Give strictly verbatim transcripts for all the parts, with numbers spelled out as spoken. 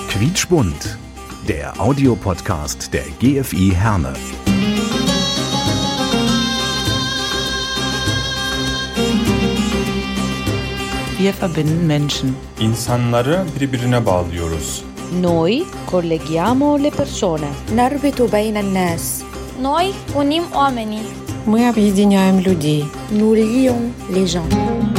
Quietschbunt, der Audiopodcast der G F I Herne. Wir verbinden Menschen. İnsanları birbirine bağlıyoruz. Noi colleghiamo le persone. نربط بين الناس. Noi unim oamenii. Мы объединяем людей. Nous lions les gens.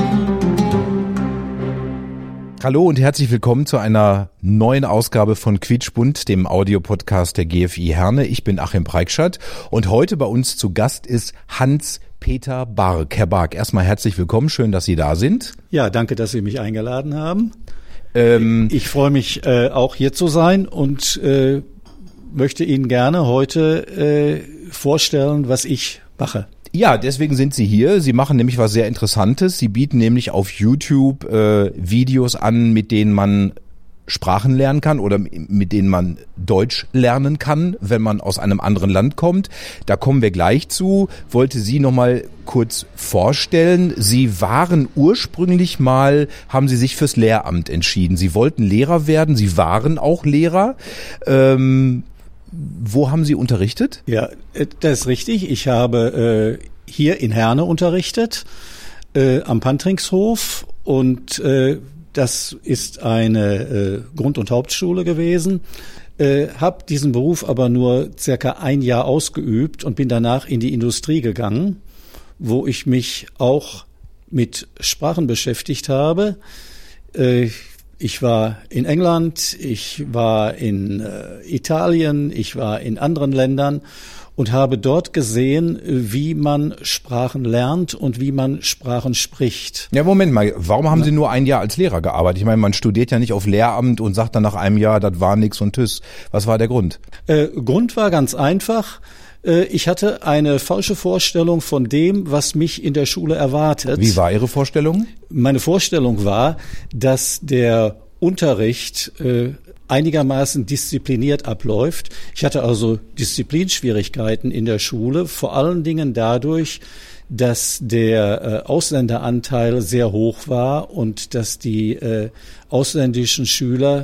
Hallo und herzlich willkommen zu einer neuen Ausgabe von Quietschbunt, dem Audiopodcast der G F I Herne. Ich bin Achim Preikschat und heute bei uns zu Gast ist Hans-Peter Barg. Herr Barg, erstmal herzlich willkommen, schön, dass Sie da sind. Ja, danke, dass Sie mich eingeladen haben. Ähm, ich freue mich äh, auch hier zu sein und äh, möchte Ihnen gerne heute äh, vorstellen, was ich mache. Ja, deswegen sind Sie hier. Sie machen nämlich was sehr Interessantes. Sie bieten nämlich auf YouTube äh, Videos an, mit denen man Sprachen lernen kann oder mit denen man Deutsch lernen kann, wenn man aus einem anderen Land kommt. Da kommen wir gleich zu. Wollte Sie noch mal kurz vorstellen. Sie waren ursprünglich mal, haben Sie sich fürs Lehramt entschieden. Sie wollten Lehrer werden. Sie waren auch Lehrer. Ähm, Wo haben Sie unterrichtet? Ja, das ist richtig. Ich habe äh, hier in Herne unterrichtet, äh, am Pantringshof, und äh, das ist eine äh, Grund- und Hauptschule gewesen. Äh, habe diesen Beruf aber nur circa ein Jahr ausgeübt und bin danach in die Industrie gegangen, wo ich mich auch mit Sprachen beschäftigt habe. Äh, Ich war in England, ich war in äh, Italien, ich war in anderen Ländern und habe dort gesehen, wie man Sprachen lernt und wie man Sprachen spricht. Ja, Moment mal, warum haben Sie nur ein Jahr als Lehrer gearbeitet? Ich meine, man studiert ja nicht auf Lehramt und sagt dann nach einem Jahr, das war nix und tschüss. Was war der Grund? Äh, Grund war ganz einfach. Ich hatte eine falsche Vorstellung von dem, was mich in der Schule erwartet. Wie war Ihre Vorstellung? Meine Vorstellung war, dass der Unterricht äh, einigermaßen diszipliniert abläuft. Ich hatte also Disziplinschwierigkeiten in der Schule, vor allen Dingen dadurch, dass der äh, Ausländeranteil sehr hoch war und dass die äh, ausländischen Schüler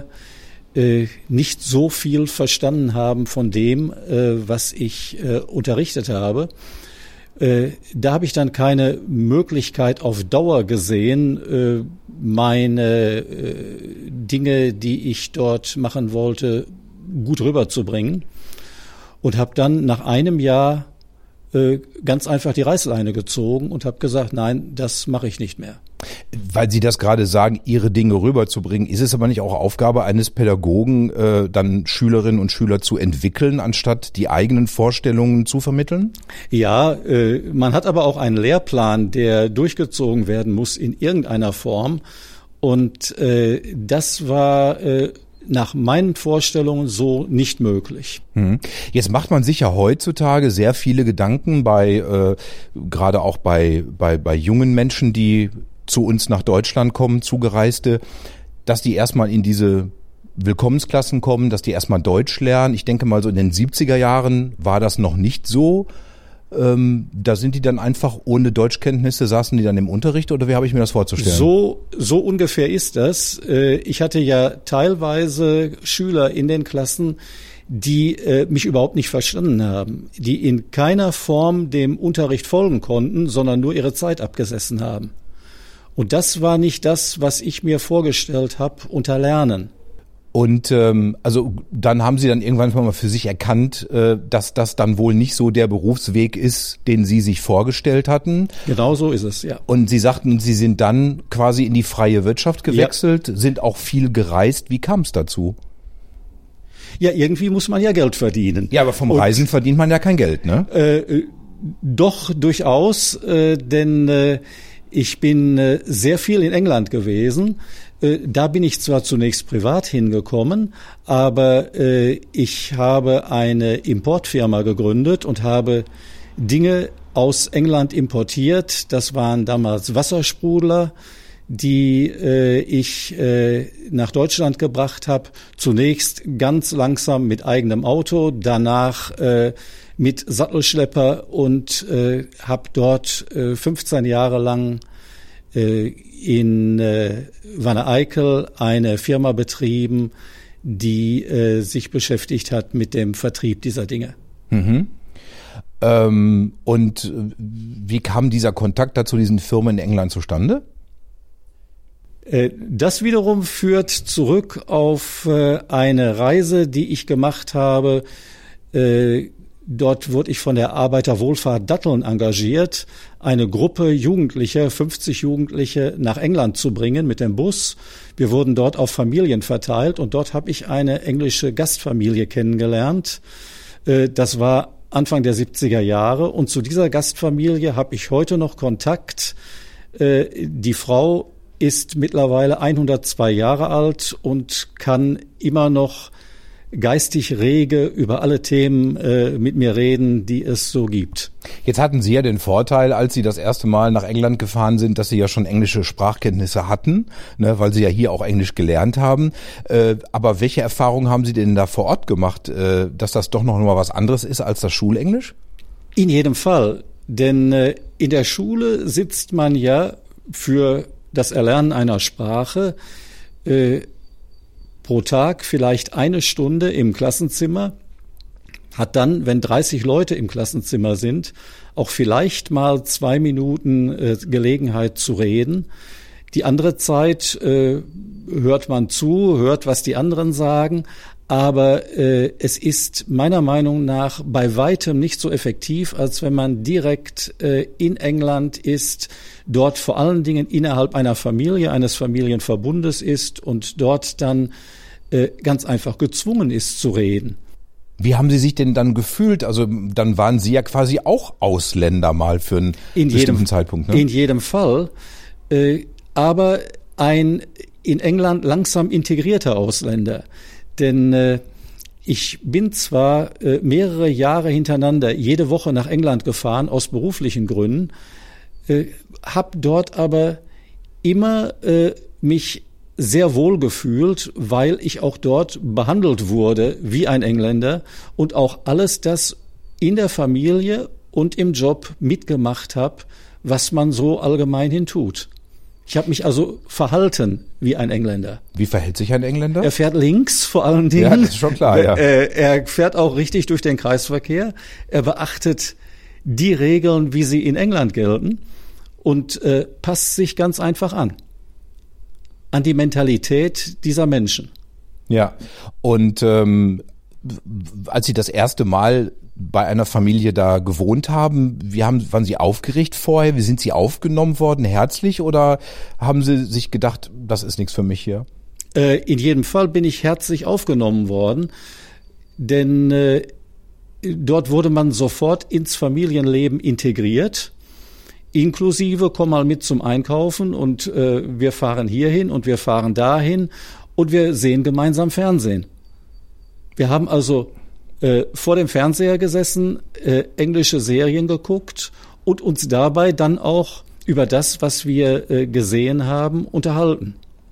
nicht so viel verstanden haben von dem, was ich unterrichtet habe. Da habe ich dann keine Möglichkeit auf Dauer gesehen, meine Dinge, die ich dort machen wollte, gut rüberzubringen, und habe dann nach einem Jahr ganz einfach die Reißleine gezogen und habe gesagt, nein, das mache ich nicht mehr. Weil Sie das gerade sagen, Ihre Dinge rüberzubringen, ist es aber nicht auch Aufgabe eines Pädagogen, äh, dann Schülerinnen und Schüler zu entwickeln, anstatt die eigenen Vorstellungen zu vermitteln? Ja, äh, man hat aber auch einen Lehrplan, der durchgezogen werden muss in irgendeiner Form, und äh, das war äh, nach meinen Vorstellungen so nicht möglich. Hm. Jetzt macht man sich ja heutzutage sehr viele Gedanken bei, äh, gerade auch bei, bei, bei jungen Menschen, die zu uns nach Deutschland kommen, Zugereiste, dass die erstmal in diese Willkommensklassen kommen, dass die erstmal Deutsch lernen. Ich denke mal, so in den siebziger Jahren war das noch nicht so. Ähm, da sind die dann einfach ohne Deutschkenntnisse, saßen die dann im Unterricht, oder wie habe ich mir das vorzustellen? So, so ungefähr ist das. Ich hatte ja teilweise Schüler in den Klassen, die mich überhaupt nicht verstanden haben, die in keiner Form dem Unterricht folgen konnten, sondern nur ihre Zeit abgesessen haben. Und das war nicht das, was ich mir vorgestellt habe unter Lernen. Und ähm, also dann haben Sie dann irgendwann mal für sich erkannt, äh, dass das dann wohl nicht so der Berufsweg ist, den Sie sich vorgestellt hatten. Genau so ist es, ja. Und Sie sagten, Sie sind dann quasi in die freie Wirtschaft gewechselt, ja. Sind auch viel gereist. Wie kam es dazu? Ja, irgendwie muss man ja Geld verdienen. Ja, aber vom Und, Reisen verdient man ja kein Geld, ne? Äh, doch, durchaus, äh, denn äh, ich bin äh, sehr viel in England gewesen. Da bin ich zwar zunächst privat hingekommen, aber äh, ich habe eine Importfirma gegründet und habe Dinge aus England importiert. Das waren damals Wassersprudler, die äh, ich äh, nach Deutschland gebracht habe. Zunächst ganz langsam mit eigenem Auto, danach äh, mit Sattelschlepper, und äh, habe dort äh, fünfzehn Jahre lang äh, in äh, Wanne-Eickel eine Firma betrieben, die äh, sich beschäftigt hat mit dem Vertrieb dieser Dinge. Mhm. Ähm, und wie kam dieser Kontakt dazu diesen Firmen in England zustande? Äh, das wiederum führt zurück auf äh, eine Reise, die ich gemacht habe. Äh, dort wurde ich von der Arbeiterwohlfahrt Datteln engagiert, eine Gruppe Jugendlicher, fünfzig Jugendliche nach England zu bringen mit dem Bus. Wir wurden dort auf Familien verteilt und dort habe ich eine englische Gastfamilie kennengelernt. Äh, das war Anfang der siebziger Jahre und zu dieser Gastfamilie habe ich heute noch Kontakt. Äh, die Frau ist mittlerweile hundertzwei Jahre alt und kann immer noch geistig rege über alle Themen äh, mit mir reden, die es so gibt. Jetzt hatten Sie ja den Vorteil, als Sie das erste Mal nach England gefahren sind, dass Sie ja schon englische Sprachkenntnisse hatten, ne, weil Sie ja hier auch Englisch gelernt haben. Äh, aber welche Erfahrungen haben Sie denn da vor Ort gemacht, äh, dass das doch noch mal was anderes ist als das Schulenglisch? In jedem Fall, denn äh, in der Schule sitzt man ja für das Erlernen einer Sprache äh, pro Tag vielleicht eine Stunde im Klassenzimmer, hat dann, wenn dreißig Leute im Klassenzimmer sind, auch vielleicht mal zwei Minuten äh, Gelegenheit zu reden. Die andere Zeit äh, hört man zu, hört, was die anderen sagen, aber äh, es ist meiner Meinung nach bei weitem nicht so effektiv, als wenn man direkt äh, in England ist, dort vor allen Dingen innerhalb einer Familie, eines Familienverbundes ist und dort dann äh, ganz einfach gezwungen ist zu reden. Wie haben Sie sich denn dann gefühlt? Also dann waren Sie ja quasi auch Ausländer mal für einen in bestimmten jedem, Zeitpunkt. Ne? In jedem Fall, äh, aber ein in England langsam integrierter Ausländer. Denn äh, ich bin zwar äh, mehrere Jahre hintereinander jede Woche nach England gefahren, aus beruflichen Gründen, äh, habe dort aber immer äh, mich sehr wohl gefühlt, weil ich auch dort behandelt wurde wie ein Engländer und auch alles das in der Familie und im Job mitgemacht habe, was man so allgemeinhin tut. Ich habe mich also verhalten wie ein Engländer. Wie verhält sich ein Engländer? Er fährt links vor allen Dingen. Ja, das ist schon klar, ja. Er fährt auch richtig durch den Kreisverkehr. Er beachtet die Regeln, wie sie in England gelten und äh, passt sich ganz einfach an. An die Mentalität dieser Menschen. Ja, und ähm, als Sie das erste Mal bei einer Familie da gewohnt haben, wie haben, waren Sie aufgeregt vorher? Wie sind Sie aufgenommen worden? Herzlich? Oder haben Sie sich gedacht, das ist nichts für mich hier? Äh, in jedem Fall bin ich herzlich aufgenommen worden, denn äh, dort wurde man sofort ins Familienleben integriert. Inklusive, komm mal mit zum Einkaufen und äh, wir fahren hierhin und wir fahren dahin und wir sehen gemeinsam Fernsehen. Wir haben also äh, vor dem Fernseher gesessen, äh, englische Serien geguckt und uns dabei dann auch über das, was wir äh, gesehen haben, unterhalten.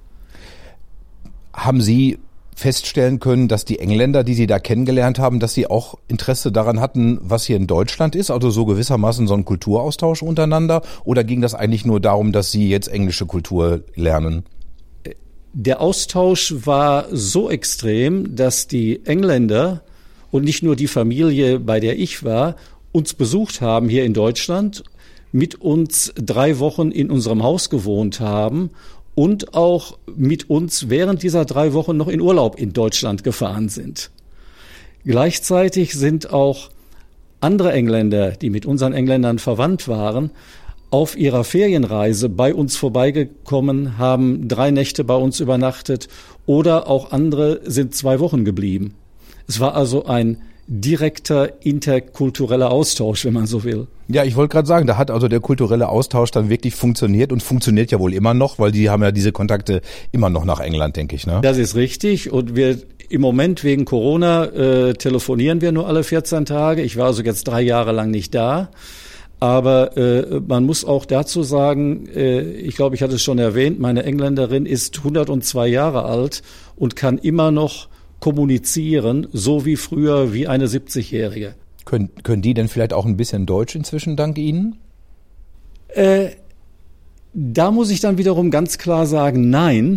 Haben Sie feststellen können, dass die Engländer, die Sie da kennengelernt haben, dass sie auch Interesse daran hatten, was hier in Deutschland ist, also so gewissermaßen so ein Kulturaustausch untereinander, oder ging das eigentlich nur darum, dass Sie jetzt englische Kultur lernen? Der Austausch war so extrem, dass die Engländer und nicht nur die Familie, bei der ich war, uns besucht haben hier in Deutschland, mit uns drei Wochen in unserem Haus gewohnt haben und auch mit uns während dieser drei Wochen noch in Urlaub in Deutschland gefahren sind. Gleichzeitig sind auch andere Engländer, die mit unseren Engländern verwandt waren, auf ihrer Ferienreise bei uns vorbeigekommen, haben drei Nächte bei uns übernachtet oder auch andere sind zwei Wochen geblieben. Es war also ein direkter interkultureller Austausch, wenn man so will. Ja, ich wollte gerade sagen, da hat also der kulturelle Austausch dann wirklich funktioniert und funktioniert ja wohl immer noch, weil die haben ja diese Kontakte immer noch nach England, denke ich, ne? Das ist richtig und wir im Moment wegen Corona äh, telefonieren wir nur alle vierzehn Tage. Ich war also jetzt drei Jahre lang nicht da. Aber äh, man muss auch dazu sagen, äh, ich glaube, ich hatte es schon erwähnt, meine Engländerin ist hundertzwei Jahre alt und kann immer noch kommunizieren, so wie früher, wie eine siebzigjährige. Können, können die denn vielleicht auch ein bisschen Deutsch inzwischen dank Ihnen? Äh, da muss ich dann wiederum ganz klar sagen, nein,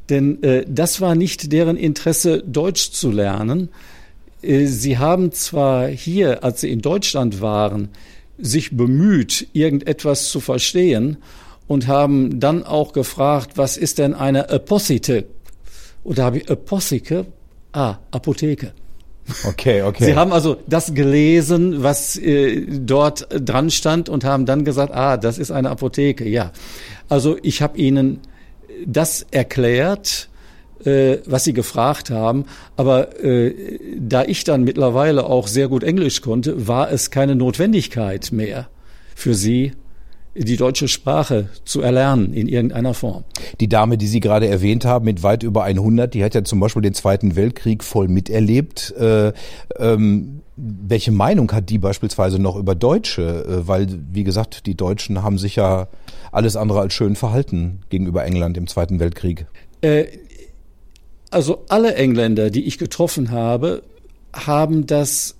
Denn äh, das war nicht deren Interesse, Deutsch zu lernen. Äh, sie haben zwar hier, als sie in Deutschland waren, sich bemüht, irgendetwas zu verstehen und haben dann auch gefragt, was ist denn eine Apotheke? Und da habe ich Apotheke, ah, Apotheke. Okay, okay. Sie haben also das gelesen, was äh, dort dran stand und haben dann gesagt, ah, das ist eine Apotheke, ja. Also ich habe ihnen das erklärt, äh, was sie gefragt haben, aber äh, da ich dann mittlerweile auch sehr gut Englisch konnte, war es keine Notwendigkeit mehr für sie, die deutsche Sprache zu erlernen in irgendeiner Form. Die Dame, die Sie gerade erwähnt haben, mit weit über hundert, die hat ja zum Beispiel den Zweiten Weltkrieg voll miterlebt. Äh, ähm, welche Meinung hat die beispielsweise noch über Deutsche? Äh, weil, wie gesagt, die Deutschen haben sich ja alles andere als schön verhalten gegenüber England im Zweiten Weltkrieg. Äh, also alle Engländer, die ich getroffen habe, haben das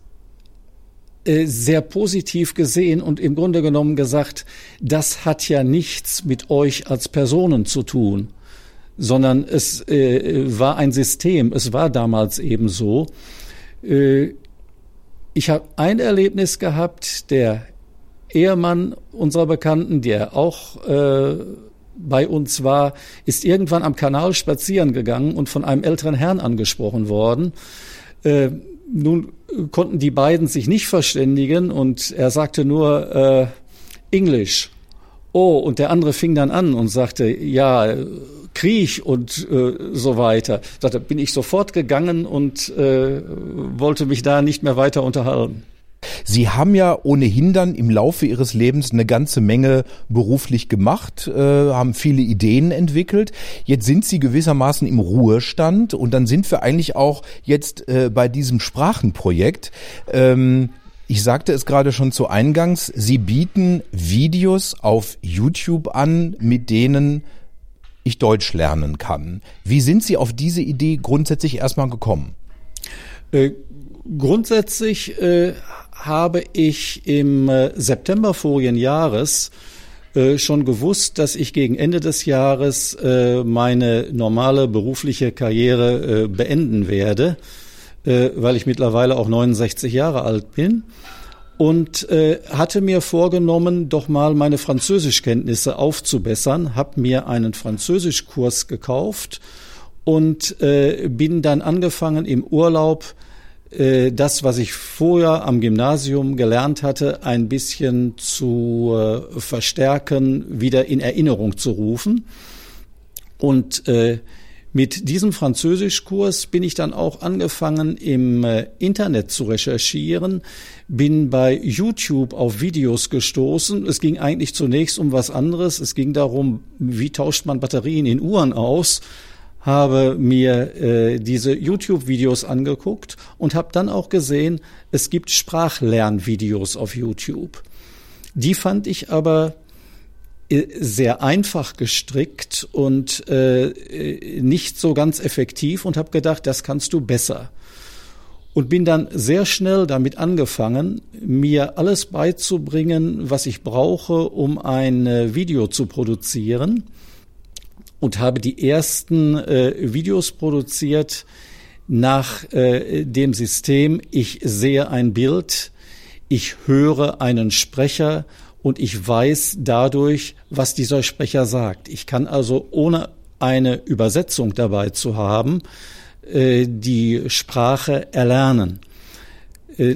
sehr positiv gesehen und im Grunde genommen gesagt, das hat ja nichts mit euch als Personen zu tun, sondern es äh, war ein System, es war damals eben so. Äh, ich habe ein Erlebnis gehabt, der Ehemann unserer Bekannten, der auch äh, bei uns war, ist irgendwann am Kanal spazieren gegangen und von einem älteren Herrn angesprochen worden. Äh, Nun konnten die beiden sich nicht verständigen und er sagte nur äh, Englisch. Oh, und der andere fing dann an und sagte, ja, Krieg und äh, so weiter. Da bin ich sofort gegangen und äh, wollte mich da nicht mehr weiter unterhalten. Sie haben ja ohnehin dann im Laufe Ihres Lebens eine ganze Menge beruflich gemacht, äh, haben viele Ideen entwickelt. Jetzt sind Sie gewissermaßen im Ruhestand und dann sind wir eigentlich auch jetzt äh, bei diesem Sprachenprojekt. Ähm, ich sagte es gerade schon zu Eingangs, Sie bieten Videos auf YouTube an, mit denen ich Deutsch lernen kann. Wie sind Sie auf diese Idee grundsätzlich erstmal gekommen? Äh, grundsätzlich äh, habe ich im äh, September vorigen Jahres äh, schon gewusst, dass ich gegen Ende des Jahres äh, meine normale berufliche Karriere äh, beenden werde, äh, weil ich mittlerweile auch neunundsechzig Jahre alt bin. Und äh, hatte mir vorgenommen, doch mal meine Französischkenntnisse aufzubessern, habe mir einen Französischkurs gekauft und äh, bin dann angefangen im Urlaub äh, das, was ich vorher am Gymnasium gelernt hatte, ein bisschen zu äh, verstärken, wieder in Erinnerung zu rufen. Und äh, mit diesem Französischkurs bin ich dann auch angefangen, im äh, Internet zu recherchieren, bin bei YouTube auf Videos gestoßen. Es ging eigentlich zunächst um was anderes. Es ging darum, wie tauscht man Batterien in Uhren aus, habe mir äh, diese YouTube-Videos angeguckt und habe dann auch gesehen, es gibt Sprachlernvideos auf YouTube. Die fand ich aber sehr einfach gestrickt und äh, nicht so ganz effektiv und habe gedacht, das kannst du besser. Und bin dann sehr schnell damit angefangen, mir alles beizubringen, was ich brauche, um ein äh, Video zu produzieren. Und habe die ersten äh, Videos produziert nach äh, dem System, ich sehe ein Bild, ich höre einen Sprecher und ich weiß dadurch, was dieser Sprecher sagt. Ich kann also, ohne eine Übersetzung dabei zu haben, äh, die Sprache erlernen. Äh,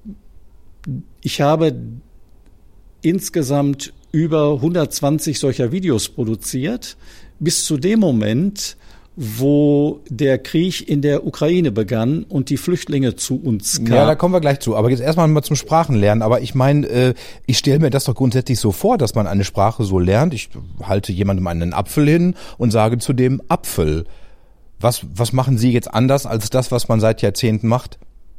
ich habe insgesamt über hundertzwanzig solcher Videos produziert, bis zu dem Moment, wo der Krieg in der Ukraine begann und die Flüchtlinge zu uns kamen. Ja, da kommen wir gleich zu. Aber jetzt erstmal mal zum Sprachenlernen. Aber ich meine, äh, ich stelle mir das doch grundsätzlich so vor, dass man eine Sprache so lernt. Ich halte jemandem einen Apfel hin und sage zu dem Apfel. Was, was machen Sie jetzt anders als das, was man seit Jahrzehnten macht?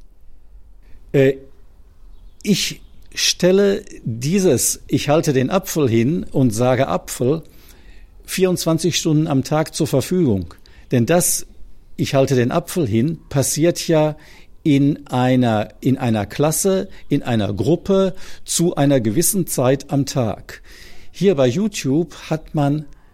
Äh, ich stelle dieses, ich halte den Apfel hin und sage Apfel, vierundzwanzig Stunden am Tag zur Verfügung. Denn das, ich halte den Apfel hin, passiert ja in einer, in einer Klasse, in einer Gruppe zu einer gewissen Zeit am Tag. Hier bei YouTube hat man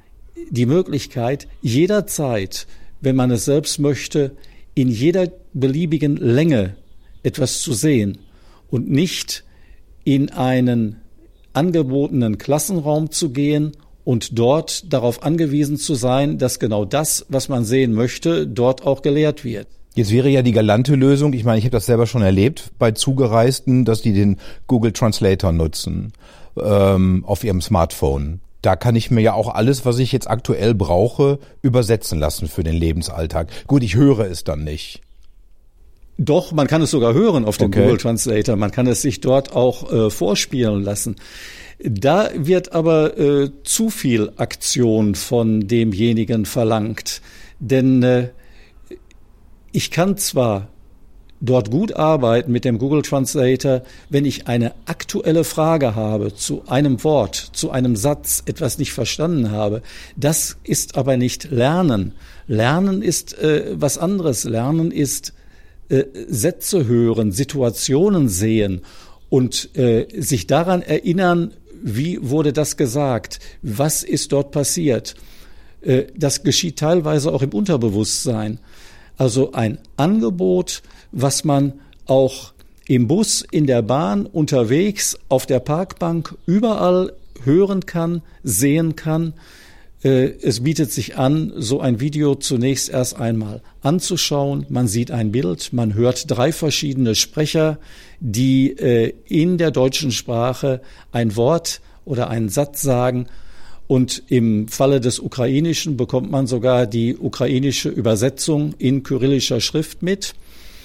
die Möglichkeit, jederzeit, wenn man es selbst möchte, in jeder beliebigen Länge etwas zu sehen und nicht in einen angebotenen Klassenraum zu gehen und dort darauf angewiesen zu sein, dass genau das, was man sehen möchte, dort auch gelehrt wird. Jetzt wäre ja die galante Lösung, ich meine, ich habe das selber schon erlebt bei Zugereisten, dass die den Google Translator nutzen ähm, auf ihrem Smartphone. Da kann ich mir ja auch alles, was ich jetzt aktuell brauche, übersetzen lassen für den Lebensalltag. Gut, ich höre es dann nicht. Doch, man kann es sogar hören auf dem Okay. Google Translator. Man kann es sich dort auch äh, vorspielen lassen. Da wird aber äh, zu viel Aktion von demjenigen verlangt. Denn äh, ich kann zwar dort gut arbeiten mit dem Google Translator, wenn ich eine aktuelle Frage habe zu einem Wort, zu einem Satz, etwas nicht verstanden habe. Das ist aber nicht Lernen. Lernen ist äh, was anderes. Lernen ist äh, Sätze hören, Situationen sehen und äh, sich daran erinnern, wie wurde das gesagt, was ist dort passiert. Äh, das geschieht teilweise auch im Unterbewusstsein. Also ein Angebot, was man auch im Bus, in der Bahn, unterwegs, auf der Parkbank, überall hören kann, sehen kann. Es bietet sich an, so ein Video zunächst erst einmal anzuschauen. Man sieht ein Bild, man hört drei verschiedene Sprecher, die in der deutschen Sprache ein Wort oder einen Satz sagen. Und im Falle des Ukrainischen bekommt man sogar die ukrainische Übersetzung in kyrillischer Schrift mit.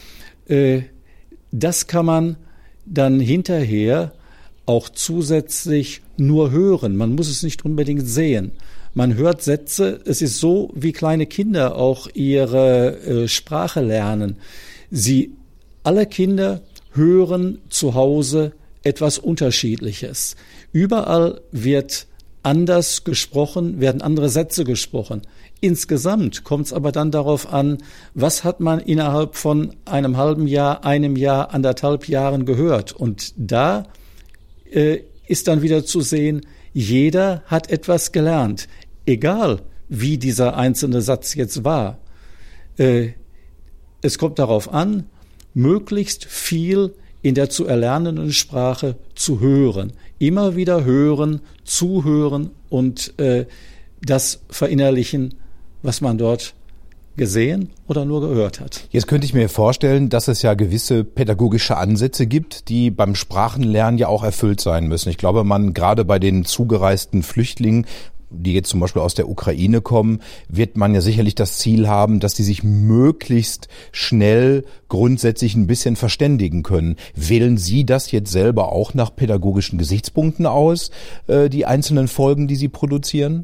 Das kann man dann hinterher auch zusätzlich nur hören. Man muss es nicht unbedingt sehen. Man hört Sätze. Es ist so, wie kleine Kinder auch ihre Sprache lernen. Sie, alle Kinder hören zu Hause etwas Unterschiedliches. Überall wird anders gesprochen, werden andere Sätze gesprochen. Insgesamt kommt es aber dann darauf an, was hat man innerhalb von einem halben Jahr, einem Jahr, anderthalb Jahren gehört. Und da äh, ist dann wieder zu sehen, jeder hat etwas gelernt, egal wie dieser einzelne Satz jetzt war. Äh, es kommt darauf an, möglichst viel in der zu erlernenden Sprache zu hören. Immer wieder hören, zuhören und äh, das verinnerlichen, was man dort gesehen oder nur gehört hat. Jetzt könnte ich mir vorstellen, dass es ja gewisse pädagogische Ansätze gibt, die beim Sprachenlernen ja auch erfüllt sein müssen. Ich glaube, man gerade bei den zugereisten Flüchtlingen, die jetzt zum Beispiel aus der Ukraine kommen, wird man ja sicherlich das Ziel haben, dass die sich möglichst schnell grundsätzlich ein bisschen verständigen können. Wählen Sie das jetzt selber auch nach pädagogischen Gesichtspunkten aus, äh, die einzelnen Folgen, die Sie produzieren?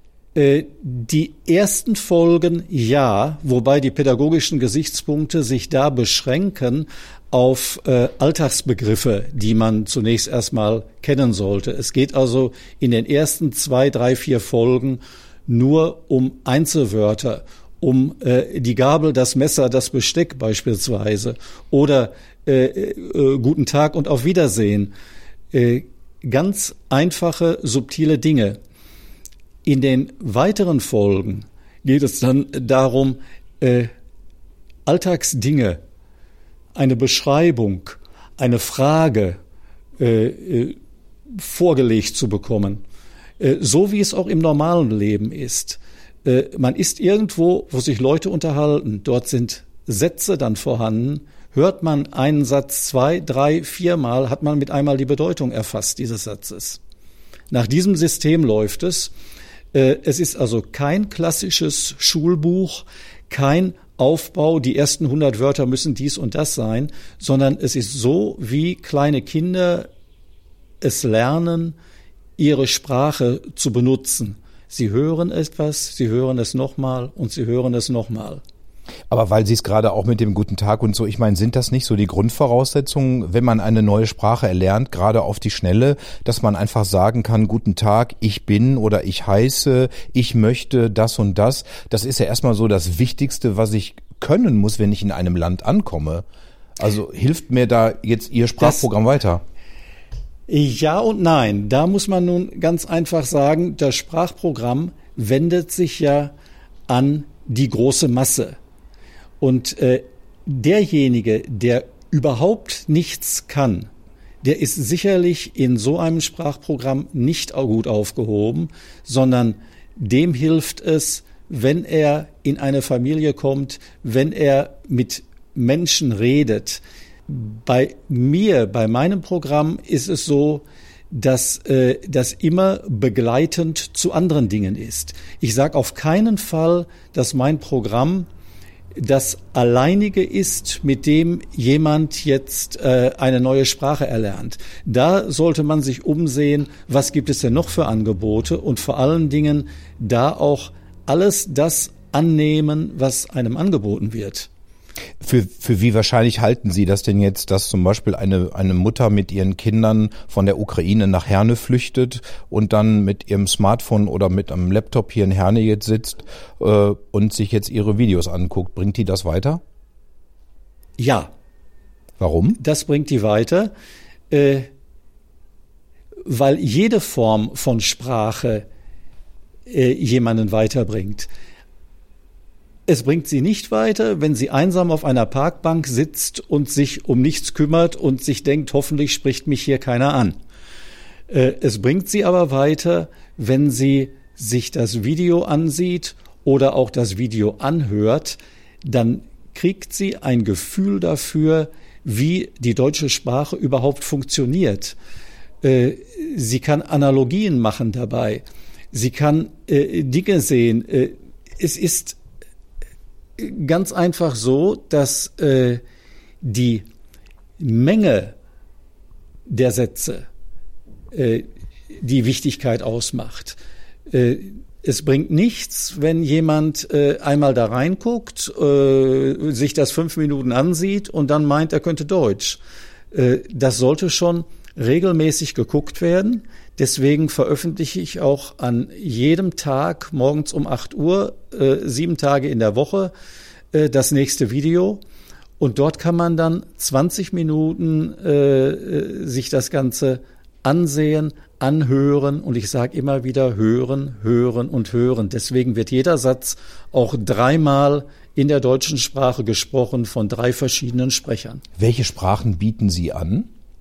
Die ersten Folgen ja, wobei die pädagogischen Gesichtspunkte sich da beschränken auf äh, Alltagsbegriffe, die man zunächst erstmal kennen sollte. Es geht also in den ersten zwei, drei, vier Folgen nur um Einzelwörter, um äh, die Gabel, das Messer, das Besteck beispielsweise oder äh, äh, guten Tag und auf Wiedersehen. Äh, ganz einfache, subtile Dinge. In den weiteren Folgen geht es dann darum, äh, Alltagsdinge, eine Beschreibung, eine Frage äh, äh, vorgelegt zu bekommen, äh, so wie es auch im normalen Leben ist. Äh, man ist irgendwo, wo sich Leute unterhalten, dort sind Sätze dann vorhanden. Hört man einen Satz zwei, drei, viermal, hat man mit einmal die Bedeutung erfasst dieses Satzes. Nach diesem System läuft es. Es ist also kein klassisches Schulbuch, kein Aufbau, die ersten hundert Wörter müssen dies und das sein, sondern es ist so, wie kleine Kinder es lernen, ihre Sprache zu benutzen. Sie hören etwas, sie hören es nochmal und sie hören es nochmal. Aber weil Sie es gerade auch mit dem guten Tag und so, ich meine, sind das nicht so die Grundvoraussetzungen, wenn man eine neue Sprache erlernt, gerade auf die Schnelle, dass man einfach sagen kann, guten Tag, ich bin oder ich heiße, ich möchte das und das. Das ist ja erstmal so das Wichtigste, was ich können muss, wenn ich in einem Land ankomme. Also hilft mir da jetzt Ihr Sprachprogramm das weiter? Ja und nein. Da muss man nun ganz einfach sagen, das Sprachprogramm wendet sich ja an die große Masse. Und äh, derjenige, der überhaupt nichts kann, der ist sicherlich in so einem Sprachprogramm nicht gut aufgehoben, sondern dem hilft es, wenn er in eine Familie kommt, wenn er mit Menschen redet. Bei mir, bei meinem Programm ist es so, dass äh, das immer begleitend zu anderen Dingen ist. Ich sage auf keinen Fall, dass mein Programm das alleinige ist, mit dem jemand jetzt äh, eine neue Sprache erlernt. Da sollte man sich umsehen, was gibt es denn noch für Angebote und vor allen Dingen da auch alles das annehmen, was einem angeboten wird. Für, für wie wahrscheinlich halten Sie das denn jetzt, dass zum Beispiel eine, eine Mutter mit ihren Kindern von der Ukraine nach Herne flüchtet und dann mit ihrem Smartphone oder mit einem Laptop hier in Herne jetzt sitzt äh, und sich jetzt ihre Videos anguckt? Bringt die das weiter? Ja. Warum? Das bringt die weiter, äh, weil jede Form von Sprache äh, jemanden weiterbringt. Es bringt sie nicht weiter, wenn sie einsam auf einer Parkbank sitzt und sich um nichts kümmert und sich denkt, hoffentlich spricht mich hier keiner an. Es bringt sie aber weiter, wenn sie sich das Video ansieht oder auch das Video anhört, dann kriegt sie ein Gefühl dafür, wie die deutsche Sprache überhaupt funktioniert. Sie kann Analogien machen dabei. Sie kann Dinge sehen. Es ist ganz einfach so, dass äh, die Menge der Sätze äh, die Wichtigkeit ausmacht. Äh, es bringt nichts, wenn jemand äh, einmal da reinguckt, äh, sich das fünf Minuten ansieht und dann meint, er könnte Deutsch. Äh, das sollte schon regelmäßig geguckt werden. Deswegen veröffentliche ich auch an jedem Tag morgens um acht Uhr, äh, sieben Tage in der Woche, äh, das nächste Video. Und dort kann man dann zwanzig Minuten äh, sich das Ganze ansehen, anhören. Und ich sage immer wieder hören, hören und hören. Deswegen wird jeder Satz auch dreimal in der deutschen Sprache gesprochen von drei verschiedenen Sprechern. Welche Sprachen bieten Sie an?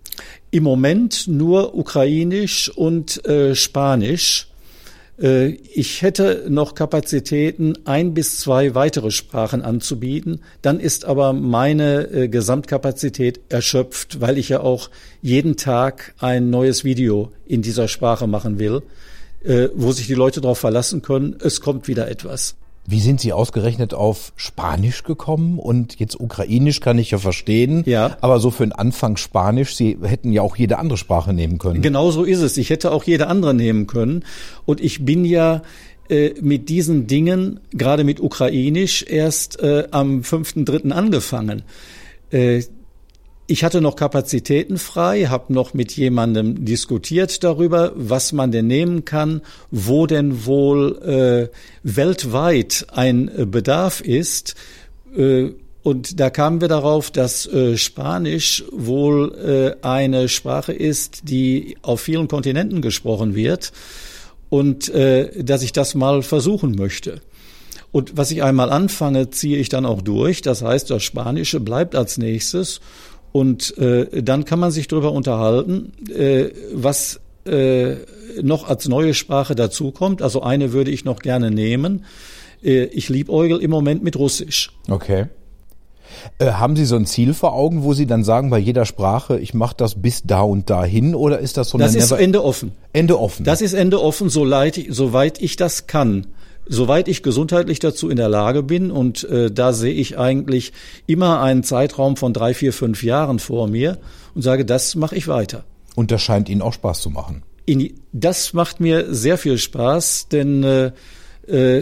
Im Moment nur Ukrainisch und äh, Spanisch. Äh, ich hätte noch Kapazitäten, ein bis zwei weitere Sprachen anzubieten. Dann ist aber meine äh, Gesamtkapazität erschöpft, weil ich ja auch jeden Tag ein neues Video in dieser Sprache machen will, äh, wo sich die Leute darauf verlassen können, es kommt wieder etwas. Wie sind Sie ausgerechnet auf Spanisch gekommen? Und jetzt Ukrainisch kann ich ja verstehen, ja. Aber so für den Anfang Spanisch, Sie hätten ja auch jede andere Sprache nehmen können. Genau so ist es. Ich hätte auch jede andere nehmen können. Und ich bin ja äh, mit diesen Dingen, gerade mit Ukrainisch, erst äh, am fünften dritten angefangen. Äh, Ich hatte noch Kapazitäten frei, habe noch mit jemandem diskutiert darüber, was man denn nehmen kann, wo denn wohl äh, weltweit ein äh, Bedarf ist. Äh, und da kamen wir darauf, dass äh, Spanisch wohl äh, eine Sprache ist, die auf vielen Kontinenten gesprochen wird und äh, dass ich das mal versuchen möchte. Und was ich einmal anfange, ziehe ich dann auch durch. Das heißt, das Spanische bleibt als nächstes. Und äh, dann kann man sich darüber unterhalten, äh, was äh, noch als neue Sprache dazukommt. Also eine würde ich noch gerne nehmen. Äh, ich liebäugel im Moment mit Russisch. Okay. Äh, haben Sie so ein Ziel vor Augen, wo Sie dann sagen, bei jeder Sprache, ich mache das bis da und dahin? Oder ist das so eine... Das ist Ende offen. Ende offen. Das ist Ende offen, soweit ich, soweit ich das kann. Soweit ich gesundheitlich dazu in der Lage bin, und äh, da sehe ich eigentlich immer einen Zeitraum von drei, vier, fünf Jahren vor mir und sage, das mache ich weiter. Und das scheint Ihnen auch Spaß zu machen. In, das macht mir sehr viel Spaß, denn äh, äh,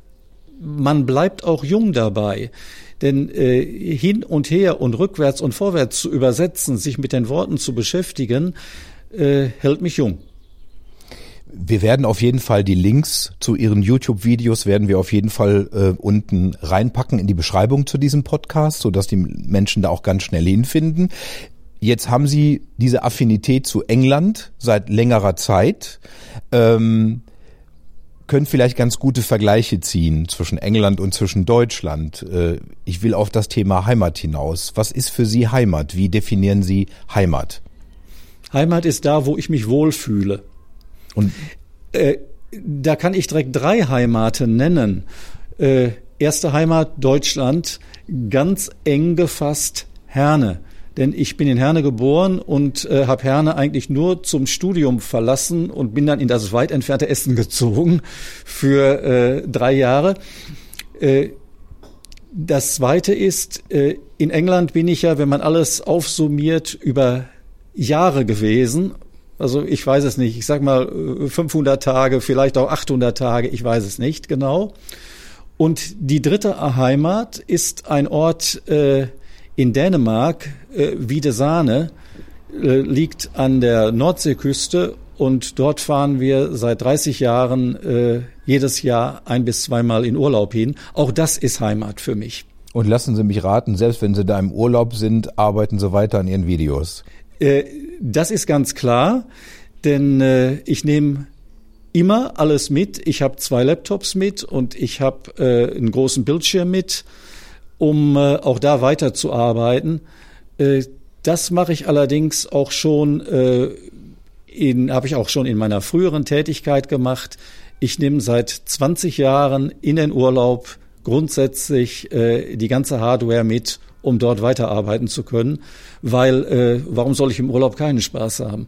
man bleibt auch jung dabei. Denn äh, hin und her und rückwärts und vorwärts zu übersetzen, sich mit den Worten zu beschäftigen, äh, hält mich jung. Wir werden auf jeden Fall die Links zu Ihren YouTube-Videos werden wir auf jeden Fall äh, unten reinpacken in die Beschreibung zu diesem Podcast, sodass die Menschen da auch ganz schnell hinfinden. Jetzt haben Sie diese Affinität zu England seit längerer Zeit. Ähm, können vielleicht ganz gute Vergleiche ziehen zwischen England und zwischen Deutschland. Ich will auf das Thema Heimat hinaus. Was ist für Sie Heimat? Wie definieren Sie Heimat? Heimat ist da, wo ich mich wohlfühle. Und äh, da kann ich direkt drei Heimaten nennen. Äh, erste Heimat Deutschland, ganz eng gefasst Herne. Denn ich bin in Herne geboren und äh, habe Herne eigentlich nur zum Studium verlassen und bin dann in das weit entfernte Essen gezogen für äh, drei Jahre. Äh, das Zweite ist, äh, in England bin ich ja, wenn man alles aufsummiert, über Jahre gewesen. Also ich weiß es nicht, ich sag mal fünfhundert Tage, vielleicht auch achthundert Tage, ich weiß es nicht genau. Und die dritte Heimat ist ein Ort äh, in Dänemark, äh, Wiedesahne, äh, liegt an der Nordseeküste und dort fahren wir seit dreißig Jahren äh, jedes Jahr ein- bis zweimal in Urlaub hin. Auch das ist Heimat für mich. Und lassen Sie mich raten, selbst wenn Sie da im Urlaub sind, arbeiten Sie weiter an Ihren Videos. Äh, das ist ganz klar, denn äh, ich nehme immer alles mit. Ich habe zwei Laptops mit und ich habe äh, einen großen Bildschirm mit, um äh, auch da weiterzuarbeiten. Äh, das mache ich allerdings auch schon, äh, in, habe ich auch schon in meiner früheren Tätigkeit gemacht. Ich nehme seit zwanzig Jahren in den Urlaub grundsätzlich äh, die ganze Hardware mit, um dort weiterarbeiten zu können, weil äh, warum soll ich im Urlaub keinen Spaß haben?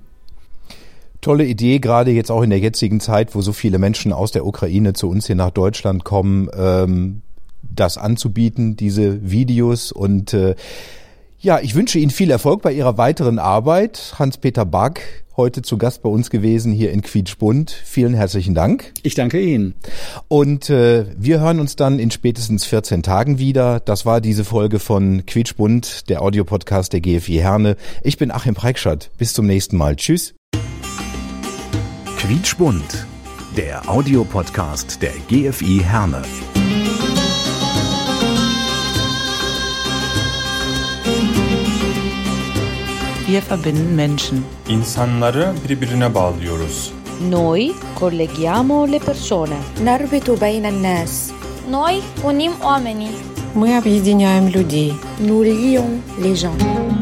Tolle Idee, gerade jetzt auch in der jetzigen Zeit, wo so viele Menschen aus der Ukraine zu uns hier nach Deutschland kommen, ähm, das anzubieten, diese Videos. Und äh, ja, ich wünsche Ihnen viel Erfolg bei Ihrer weiteren Arbeit. Hans-Peter Bagg, heute zu Gast bei uns gewesen hier in Quietschbunt. Vielen herzlichen Dank. Ich danke Ihnen. Und äh, wir hören uns dann in spätestens vierzehn Tagen wieder. Das war diese Folge von Quietschbunt, der Audiopodcast der G F I Herne. Ich bin Achim Preikschat. Bis zum nächsten Mal. Tschüss. Quietschbunt, der Audiopodcast der G F I Herne. Wir verbinden Menschen. İnsanları birbirine bağlıyoruz. Noi colleghiamo le persone. نربط بين الناس. Noi unim oamenii. Мы объединяем людей. Nous lions les gens.